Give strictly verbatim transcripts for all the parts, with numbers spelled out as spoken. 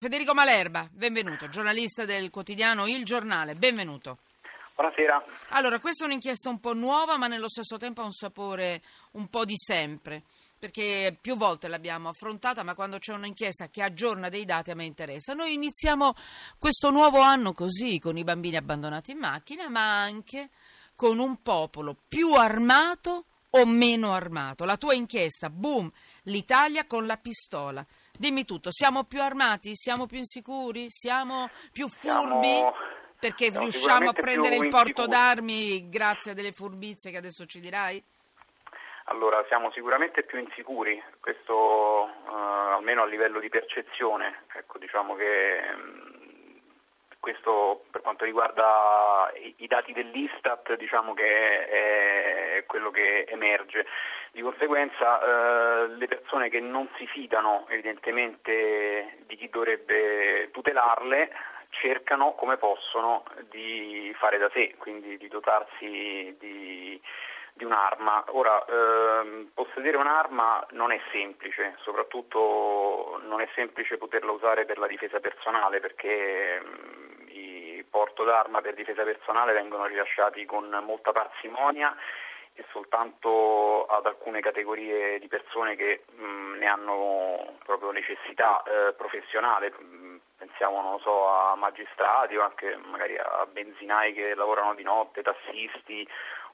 Federico Malerba, benvenuto, giornalista del quotidiano Il Giornale, benvenuto. Buonasera. Allora, questa è un'inchiesta un po' nuova, ma nello stesso tempo ha un sapore un po' di sempre, perché più volte l'abbiamo affrontata, ma quando c'è un'inchiesta che aggiorna dei dati a me interessa. Noi iniziamo questo nuovo anno così, con i bambini abbandonati in macchina, ma anche con un popolo più armato o meno armato. La tua inchiesta, boom, l'Italia con la pistola. Dimmi tutto, siamo più armati? Siamo più insicuri? Siamo più furbi? Siamo, perché siamo riusciamo a prendere il porto insicuri. d'armi grazie a delle furbizie che adesso ci dirai? Allora, siamo sicuramente più insicuri, questo eh, almeno a livello di percezione. Ecco, diciamo che mh, questo per quanto riguarda i, i dati dell'Istat, diciamo che è, è quello che emerge. Di conseguenza eh, le persone che non si fidano evidentemente di chi dovrebbe tutelarle cercano come possono di fare da sé, quindi di dotarsi di, di un'arma. Ora, ehm, possedere un'arma non è semplice, soprattutto non è semplice poterla usare per la difesa personale, perché mh, i porto d'arma per difesa personale vengono rilasciati con molta parsimonia e soltanto ad alcune categorie di persone che mh, ne hanno proprio necessità eh, professionale. Pensiamo, non so, a magistrati o anche magari a benzinai che lavorano di notte, tassisti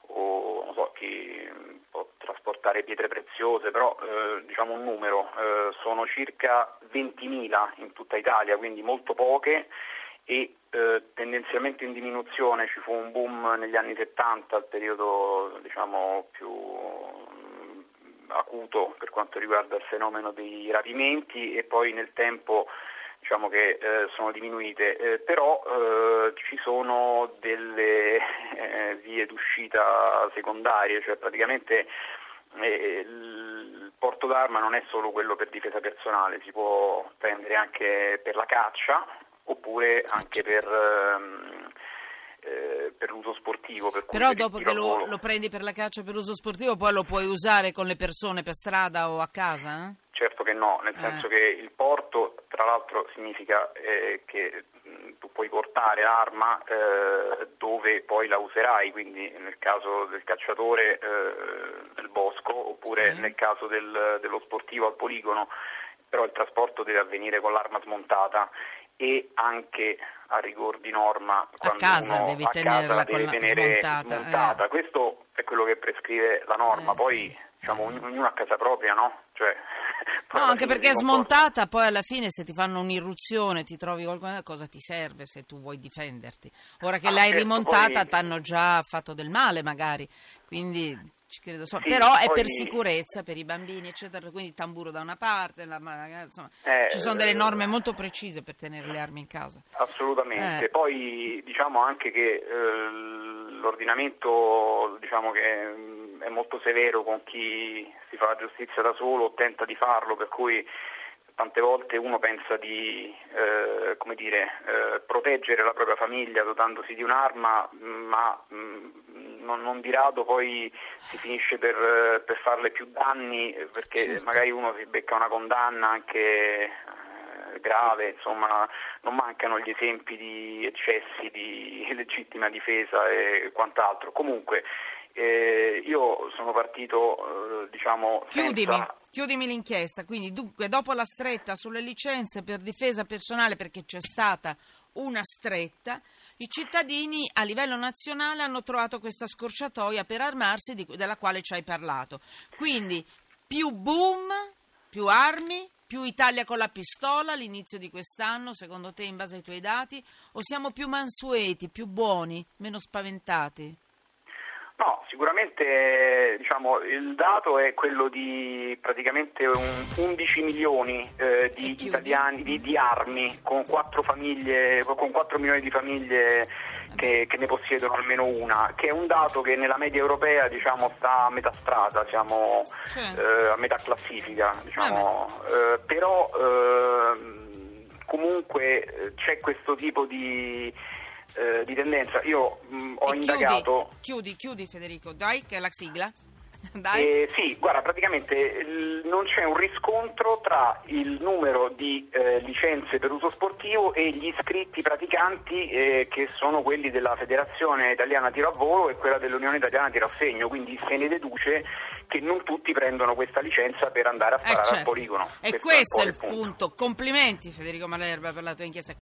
o non so, chi può trasportare pietre preziose, però eh, diciamo un numero, eh, sono circa ventimila in tutta Italia, quindi molto poche. E eh, tendenzialmente in diminuzione. Ci fu un boom negli anni settanta, il periodo diciamo più mh, acuto per quanto riguarda il fenomeno dei rapimenti, e poi nel tempo diciamo che eh, sono diminuite, eh, però eh, ci sono delle eh, vie d'uscita secondarie, cioè praticamente eh, il porto d'arma non è solo quello per difesa personale, si può prendere anche per la caccia, oppure anche per, ehm, eh, per l'uso sportivo. Per cui Però per dopo che lo, lo prendi per la caccia per uso sportivo, poi lo puoi usare con le persone per strada o a casa? Eh? Certo che no, nel eh. senso che il porto, tra l'altro, significa eh, che mh, tu puoi portare l'arma eh, dove poi la userai, quindi nel caso del cacciatore eh, nel bosco, oppure Sì. nel caso del, dello sportivo al poligono, però il trasporto deve avvenire con l'arma smontata. E anche a rigor di norma quando a casa uno devi a tenerla casa deve con la tenere smontata, smontata. Eh. Questo è quello che prescrive la norma, Eh, poi sì. diciamo eh. ognuno a casa propria, no? Cioè, no, anche perché smontata poi alla fine se ti fanno un'irruzione, ti trovi qualcosa, cosa ti serve se tu vuoi difenderti? Ora che ah, l'hai certo, rimontata poi... t'hanno già fatto del male magari, quindi ci credo, so. Sì, però è poi... per sicurezza per i bambini eccetera, quindi tamburo da una parte, la, insomma, eh, ci sono delle norme molto precise per tenere le armi in casa. Assolutamente, eh. poi diciamo anche che eh, l'ordinamento diciamo che è molto severo con chi si fa la giustizia da solo o tenta di farlo, per cui tante volte uno pensa di eh, come dire, eh, proteggere la propria famiglia dotandosi di un'arma, ma mh, non, non di rado poi si finisce per, per farle più danni, perché certo. magari uno si becca una condanna anche eh, grave, insomma non mancano gli esempi di eccessi di legittima difesa e quant'altro. Comunque Eh, io sono partito, eh, diciamo, Chiudimi, senza... chiudimi l'inchiesta, quindi dunque dopo la stretta sulle licenze per difesa personale, perché c'è stata una stretta, i cittadini a livello nazionale hanno trovato questa scorciatoia per armarsi di, della quale ci hai parlato. Quindi più boom, più armi, più Italia con la pistola all'inizio di quest'anno, secondo te in base ai tuoi dati, o siamo più mansueti, più buoni, meno spaventati? No, sicuramente diciamo, il dato è quello di praticamente un undici milioni eh, di italiani di, di armi, con quattro famiglie, con quattro milioni di famiglie che, che ne possiedono almeno una, che è un dato che nella media europea diciamo sta a metà strada, siamo sì. eh, a metà classifica, diciamo, eh, però eh, comunque c'è questo tipo di Eh, di tendenza. Io mh, ho e indagato. Chiudi, chiudi, chiudi Federico, dai, che è la sigla. Dai. Eh, sì, guarda, praticamente il, non c'è un riscontro tra il numero di eh, licenze per uso sportivo e gli iscritti praticanti eh, che sono quelli della Federazione Italiana Tiro a Volo e quella dell'Unione Italiana Tiro a Segno, quindi se ne deduce che non tutti prendono questa licenza per andare a sparare eh certo. al poligono. E questo, questo è il punto. punto. Complimenti Federico Malerba per la tua inchiesta.